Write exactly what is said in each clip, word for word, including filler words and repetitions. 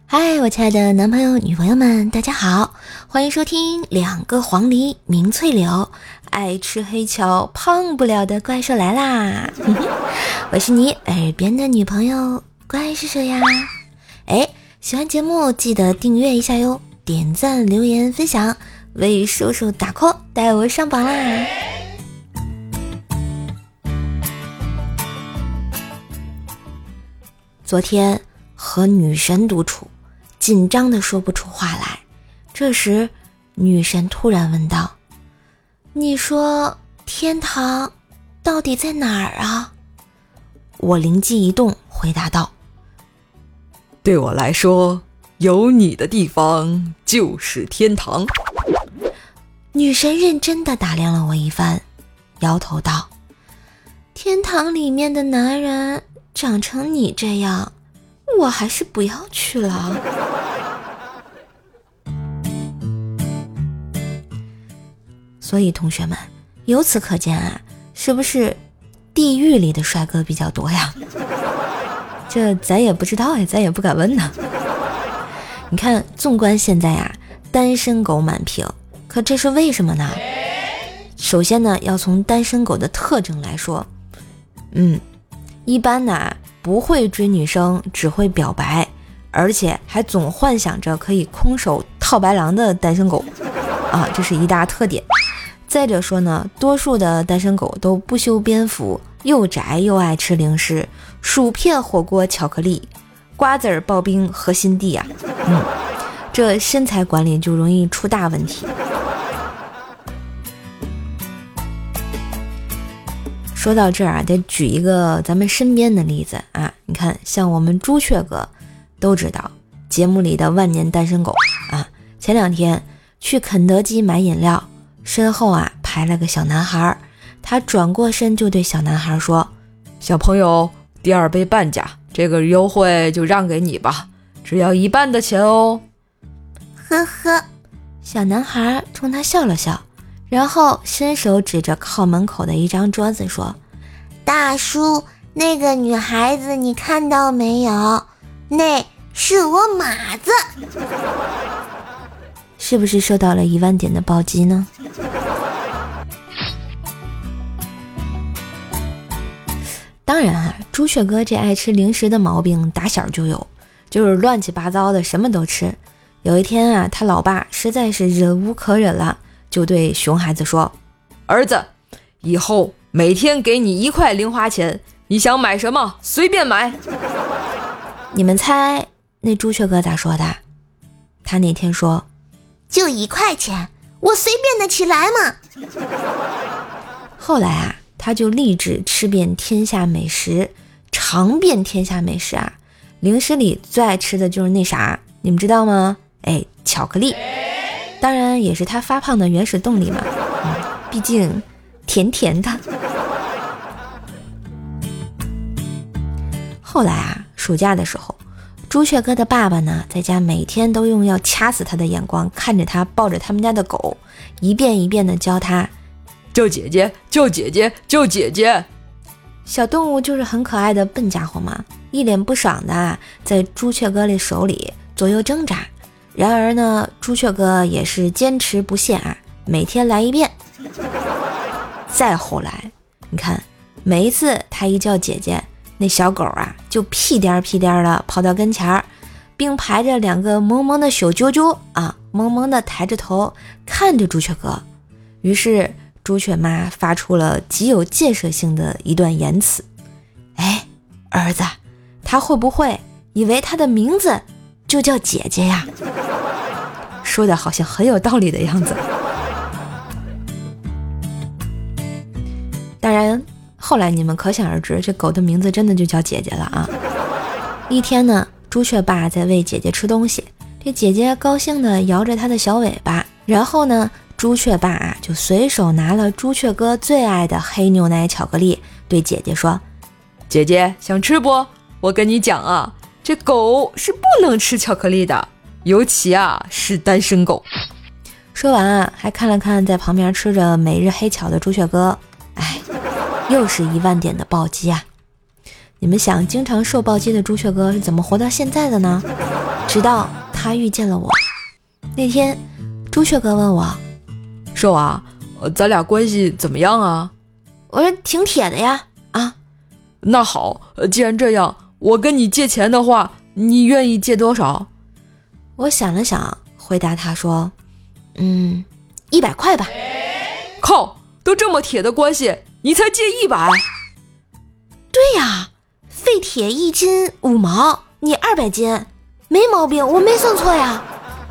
嗨，我亲爱的男朋友女朋友们，大家好，欢迎收听两个黄鹂鸣翠柳，爱吃黑巧胖不了的怪兽来啦我是你耳边的女朋友怪兽兽呀。哎，喜欢节目记得订阅一下哟，点赞留言分享，为兽兽打 call， 带我上榜啦。昨天和女神独处，紧张的说不出话来。这时女神突然问道，你说天堂到底在哪儿啊？我灵机一动回答道， 对我来说，有你的地方就是天堂。 女神认真的打量了我一番，摇头道，天堂里面的男人长成你这样，我还是不要去了。所以同学们，由此可见啊，是不是地狱里的帅哥比较多呀？这咱也不知道呀，咱也不敢问呢。你看，纵观现在啊，单身狗满屏，可这是为什么呢？首先呢，要从单身狗的特征来说，嗯，一般呢不会追女生，只会表白，而且还总幻想着可以空手套白狼的单身狗啊，这是一大特点。再者说呢，多数的单身狗都不修边幅，又宅又爱吃零食，薯片、火锅、巧克力、瓜子儿、刨冰和心地啊，嗯，这身材管理就容易出大问题。说到这儿啊，得举一个咱们身边的例子啊，你看，像我们朱雀哥都知道节目里的万年单身狗啊，前两天去肯德基买饮料，身后啊排了个小男孩，他转过身就对小男孩说， 小朋友，第二杯半价，这个优惠就让给你吧，只要一半的钱哦。 呵呵，小男孩冲他笑了笑，然后伸手指着靠门口的一张桌子说，大叔，那个女孩子你看到没有？那是我马子。是不是收到了一万点的暴击呢？当然啊，朱雀哥这爱吃零食的毛病打小就有，就是乱七八糟的什么都吃。有一天啊，他老爸实在是忍无可忍了，就对熊孩子说， 儿子，以后每天给你一块零花钱，你想买什么随便买。 你们猜那朱雀哥咋说的？他那天说，就一块钱，我随便得起来嘛。后来啊，他就立志吃遍天下美食，尝遍天下美食啊。零食里最爱吃的就是那啥，你们知道吗？哎，巧克力。当然也是他发胖的原始动力嘛，嗯，毕竟甜甜的。后来啊，暑假的时候，朱雀哥的爸爸呢，在家每天都用要掐死他的眼光看着他抱着他们家的狗，一遍一遍的教他叫姐姐，叫姐姐，叫姐姐。 小动物就是很可爱的笨家伙嘛，一脸不爽的在朱雀哥的手里左右挣扎。然而呢，朱雀哥也是坚持不懈啊，每天来一遍。再后来，你看，每一次他一叫姐姐，那小狗啊就屁颠屁颠的跑到跟前儿，并排着两个萌萌的小啾啾啊，萌萌的抬着头看着朱雀哥。于是朱雀妈发出了极有建设性的一段言辞，哎，儿子，他会不会以为他的名字就叫姐姐呀？说的好像很有道理的样子。当然后来你们可想而知，这狗的名字真的就叫姐姐了啊。一天呢，朱雀爸在喂姐姐吃东西，这姐姐高兴地摇着她的小尾巴，然后呢，朱雀爸啊就随手拿了朱雀哥最爱的黑牛奶巧克力，对姐姐说， 姐姐想吃不？我跟你讲啊，这狗是不能吃巧克力的，尤其啊是单身狗。 说完啊，还看了看在旁边吃着每日黑巧的朱雀哥，哎，又是一万点的暴击啊！你们想，经常受暴击的朱雀哥是怎么活到现在的呢？ 直到他遇见了我。那天朱雀哥问我， 瘦啊，咱俩关系怎么样啊？ 我说挺铁的呀。啊， 那好，既然这样，我跟你借钱的话，你愿意借多少？ 我想了想，回答他说，嗯，一百块吧。 靠，都这么铁的关系，你才借一百？ 对呀，废铁一斤五毛，你二百斤，没毛病，我没算错呀。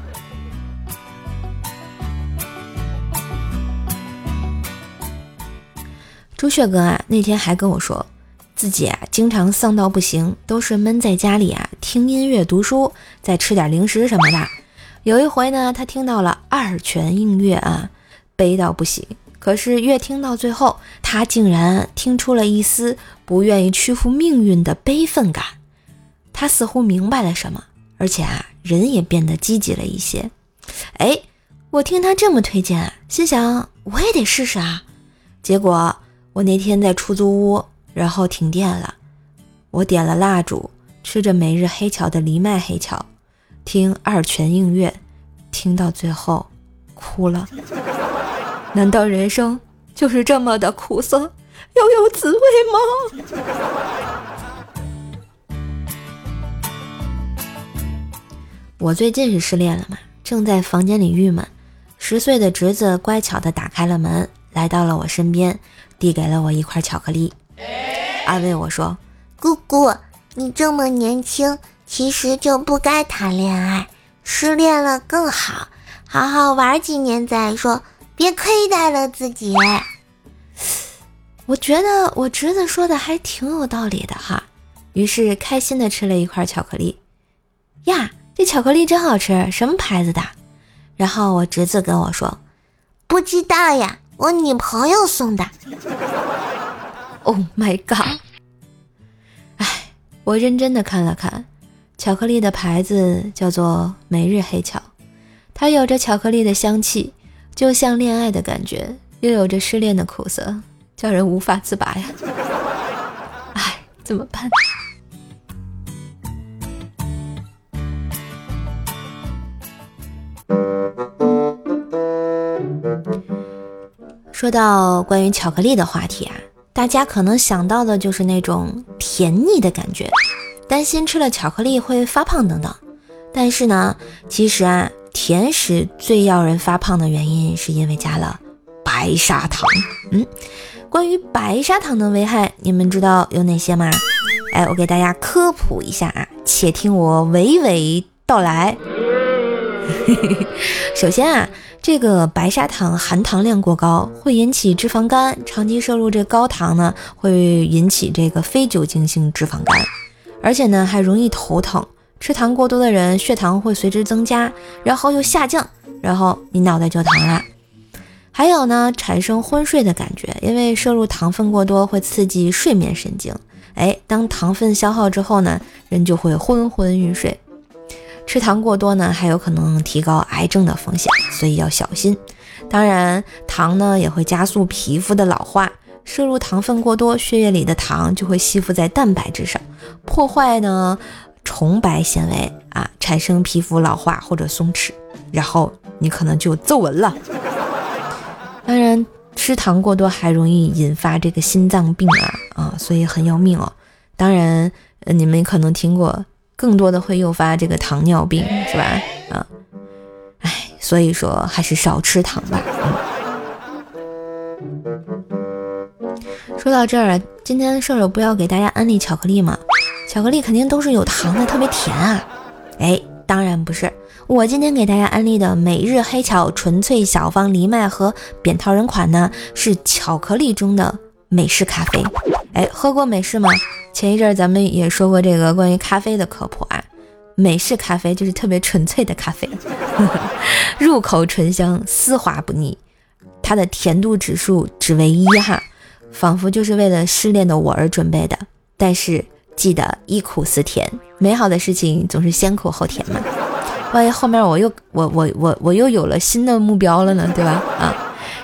朱雀哥啊，那天还跟我说，自己啊经常丧到不行，都是闷在家里啊听音乐、读书，再吃点零食什么的。有一回呢，他听到了二泉映月啊，悲到不行。可是越听到最后，他竟然听出了一丝不愿意屈服命运的悲愤感。他似乎明白了什么，而且啊，人也变得积极了一些。哎，我听他这么推荐啊，心想我也得试试啊。结果我那天在出租屋，然后停电了，我点了蜡烛，吃着每日黑巧的藜麦黑巧，听二泉映月，听到最后哭了。难道人生就是这么的苦涩，又有滋味吗？我最近是失恋了嘛，正在房间里郁闷，十岁的侄子乖巧地打开了门，来到了我身边，递给了我一块巧克力，安慰我说， 姑姑，你这么年轻，其实就不该谈恋爱，失恋了更好，好好玩几年再说，别亏待了自己。 我觉得我侄子说的还挺有道理的哈，于是开心地吃了一块巧克力。呀，这巧克力真好吃，什么牌子的？然后我侄子跟我说， 不知道呀，我女朋友送的。 Oh my god！ 哎，我认真的看了看，巧克力的牌子叫做每日黑巧，它有着巧克力的香气，就像恋爱的感觉，又有着失恋的苦涩，叫人无法自拔呀。哎，怎么办？说到关于巧克力的话题啊，大家可能想到的就是那种甜腻的感觉，担心吃了巧克力会发胖等等。但是呢，其实啊，甜食最要人发胖的原因是因为加了白砂糖。嗯，关于白砂糖的危害，你们知道有哪些吗？哎，我给大家科普一下啊，且听我娓娓道来。首先啊，这个白砂糖含糖量过高，会引起脂肪肝，长期摄入这高糖呢，会引起这个非酒精性脂肪肝，而且呢还容易头疼。吃糖过多的人，血糖会随之增加，然后又下降，然后你脑袋就疼了。还有呢，产生昏睡的感觉，因为摄入糖分过多会刺激睡眠神经，哎，当糖分消耗之后呢，人就会昏昏欲睡。吃糖过多呢，还有可能提高癌症的风险，所以要小心。当然，糖呢也会加速皮肤的老化，摄入糖分过多，血液里的糖就会吸附在蛋白质上，破坏呢重白纤维啊，产生皮肤老化或者松弛，然后你可能就皱纹了。当然，吃糖过多还容易引发这个心脏病啊啊，所以很要命哦。当然，呃、你们可能听过。更多的会诱发这个糖尿病，是吧？啊，哎，所以说还是少吃糖吧。嗯，说到这儿，今天射手不要给大家安利巧克力吗？巧克力肯定都是有糖的，特别甜啊。哎，当然不是，我今天给大家安利的每日黑巧纯粹小方藜麦和扁桃仁款呢，是巧克力中的美式咖啡。哎，喝过美式吗？前一阵咱们也说过这个关于咖啡的科普啊，美式咖啡就是特别纯粹的咖啡，入口醇香，丝滑不腻，它的甜度指数只为一哈，仿佛就是为了失恋的我而准备的。但是记得忆苦思甜，美好的事情总是先苦后甜嘛。万一后面我又我我我我又有了新的目标了呢，对吧？啊，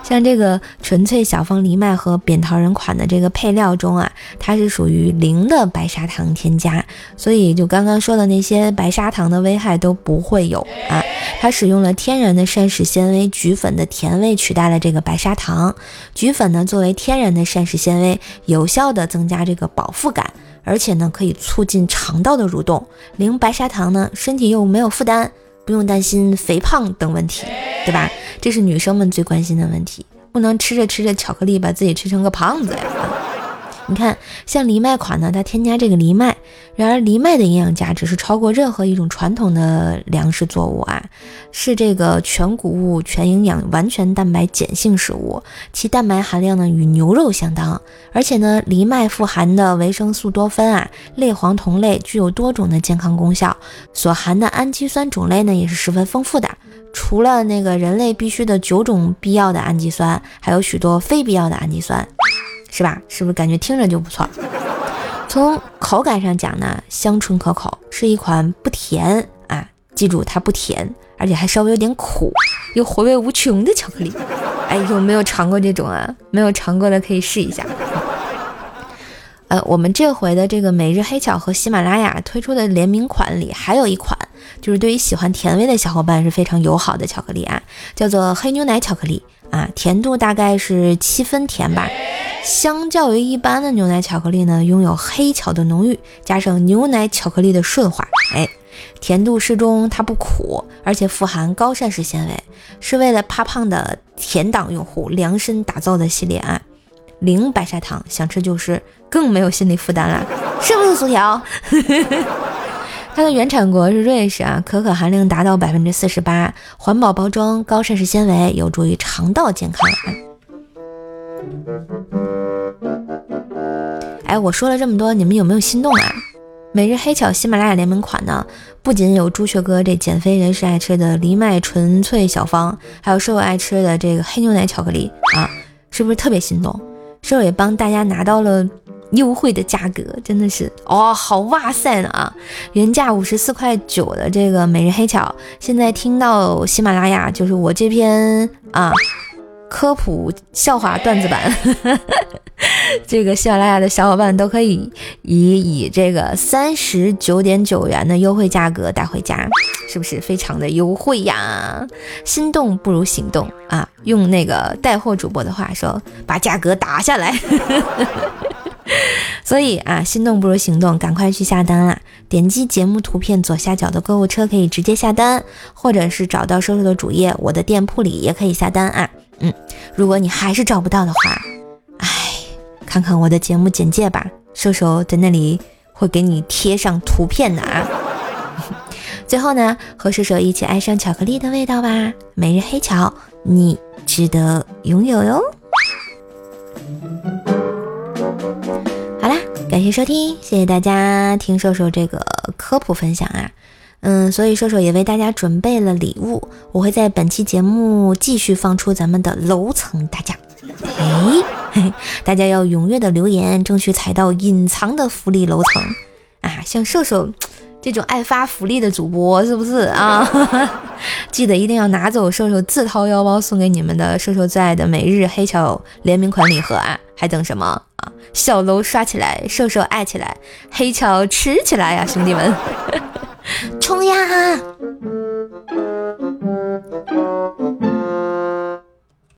像这个纯粹小方藜麦和扁桃仁款的这个配料中啊，它是属于零的白砂糖添加，所以就刚刚说的那些白砂糖的危害都不会有啊。它使用了天然的膳食纤维菊粉的甜味取代了这个白砂糖。菊粉呢作为天然的膳食纤维，有效的增加这个饱腹感，而且呢可以促进肠道的蠕动。零白砂糖呢，身体又没有负担，不用担心肥胖等问题，对吧？这是女生们最关心的问题，不能吃着吃着巧克力把自己吃成个胖子呀。你看像藜麦款呢，它添加这个藜麦，然而藜麦的营养价值是超过任何一种传统的粮食作物啊，是这个全谷物全营养完全蛋白碱性食物，其蛋白含量呢与牛肉相当，而且呢藜麦富含的维生素多酚啊、类黄酮类具有多种的健康功效，所含的氨基酸种类呢也是十分丰富的，除了那个人类必须的九种必要的氨基酸，还有许多非必要的氨基酸，是吧？是不是感觉听着就不错？从口感上讲呢，香醇可口，是一款不甜啊，记住它不甜，而且还稍微有点苦，又回味无穷的巧克力。哎，有没有尝过这种啊？没有尝过的可以试一下。呃，我们这回的这个每日黑巧和喜马拉雅推出的联名款里，还有一款就是对于喜欢甜味的小伙伴是非常友好的巧克力啊，叫做黑牛奶巧克力啊，甜度大概是七分甜吧。相较于一般的牛奶巧克力呢，拥有黑巧的浓郁，加上牛奶巧克力的顺滑，哎，甜度适中，它不苦，而且富含高膳食纤维，是为了怕胖的甜党用户量身打造的系列啊。零白砂糖，想吃就吃，更没有心理负担了，是不是薯条？它的原产国是瑞士啊，可可含量达到百分之四十八，环保包装，高膳食纤维，有助于肠道健康。哎，我说了这么多，你们有没有心动啊？每日黑巧喜马拉雅联名款呢，不仅有朱雀哥这减肥人士爱吃的藜麦纯粹小方，还有瘦友爱吃的这个黑牛奶巧克力啊，是不是特别心动？瘦友也帮大家拿到了优惠的价格，真的是哦，好哇塞呢啊！原价五十四块九的这个每日黑巧，现在听到喜马拉雅就是我这篇啊科普笑话段子版这个喜马拉雅的小伙伴都可以以以这个三十九点九元的优惠价格带回家，是不是非常的优惠呀？心动不如行动啊！用那个带货主播的话说，把价格打下来所以啊，心动不如行动，赶快去下单啦！点击节目图片左下角的购物车可以直接下单，或者是找到瘦瘦的主页，我的店铺里也可以下单啊。嗯，如果你还是找不到的话，哎，看看我的节目简介吧，瘦瘦在那里会给你贴上图片的啊。最后呢，和瘦瘦一起爱上巧克力的味道吧，每日黑巧，你值得拥有哟。好啦，感谢收听，谢谢大家听瘦瘦这个科普分享啊。嗯，所以瘦瘦也为大家准备了礼物，我会在本期节目继续放出咱们的楼层大奖。哎，大家要踊跃的留言，争取踩到隐藏的福利楼层啊！像瘦瘦这种爱发福利的主播，是不是啊？记得一定要拿走瘦瘦自掏腰包送给你们的瘦瘦最爱的每日黑巧联名款礼盒啊！还等什么啊？小楼刷起来，瘦瘦爱起来，黑巧吃起来呀，兄弟们！冲呀！